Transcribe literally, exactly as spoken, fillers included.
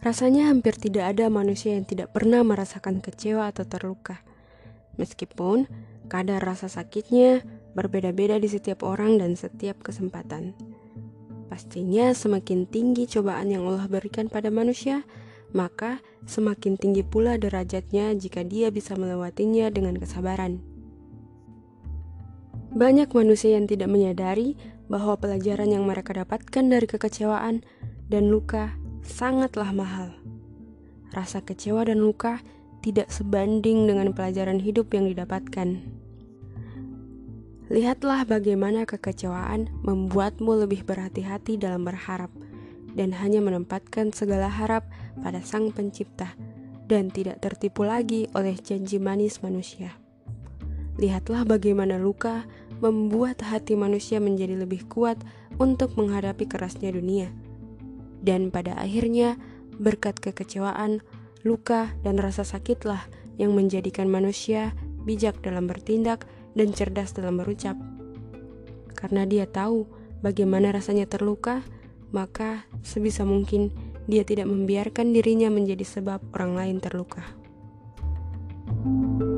Rasanya hampir tidak ada manusia yang tidak pernah merasakan kecewa atau terluka. Meskipun kadar rasa sakitnya berbeda-beda di setiap orang dan setiap kesempatan. Pastinya semakin tinggi cobaan yang Allah berikan pada manusia, maka semakin tinggi pula derajatnya jika dia bisa melewatinya dengan kesabaran. Banyak manusia yang tidak menyadari bahwa pelajaran yang mereka dapatkan dari kekecewaan dan luka sangatlah mahal. Rasa kecewa dan luka tidak sebanding dengan pelajaran hidup yang didapatkan. Lihatlah bagaimana kekecewaan membuatmu lebih berhati-hati dalam berharap dan hanya menempatkan segala harap pada Sang Pencipta dan tidak tertipu lagi oleh janji manis manusia. Lihatlah bagaimana luka membuat hati manusia menjadi lebih kuat untuk menghadapi kerasnya dunia. Dan pada akhirnya, berkat kekecewaan, luka, dan rasa sakitlah yang menjadikan manusia bijak dalam bertindak dan cerdas dalam berucap. Karena dia tahu bagaimana rasanya terluka, maka sebisa mungkin dia tidak membiarkan dirinya menjadi sebab orang lain terluka.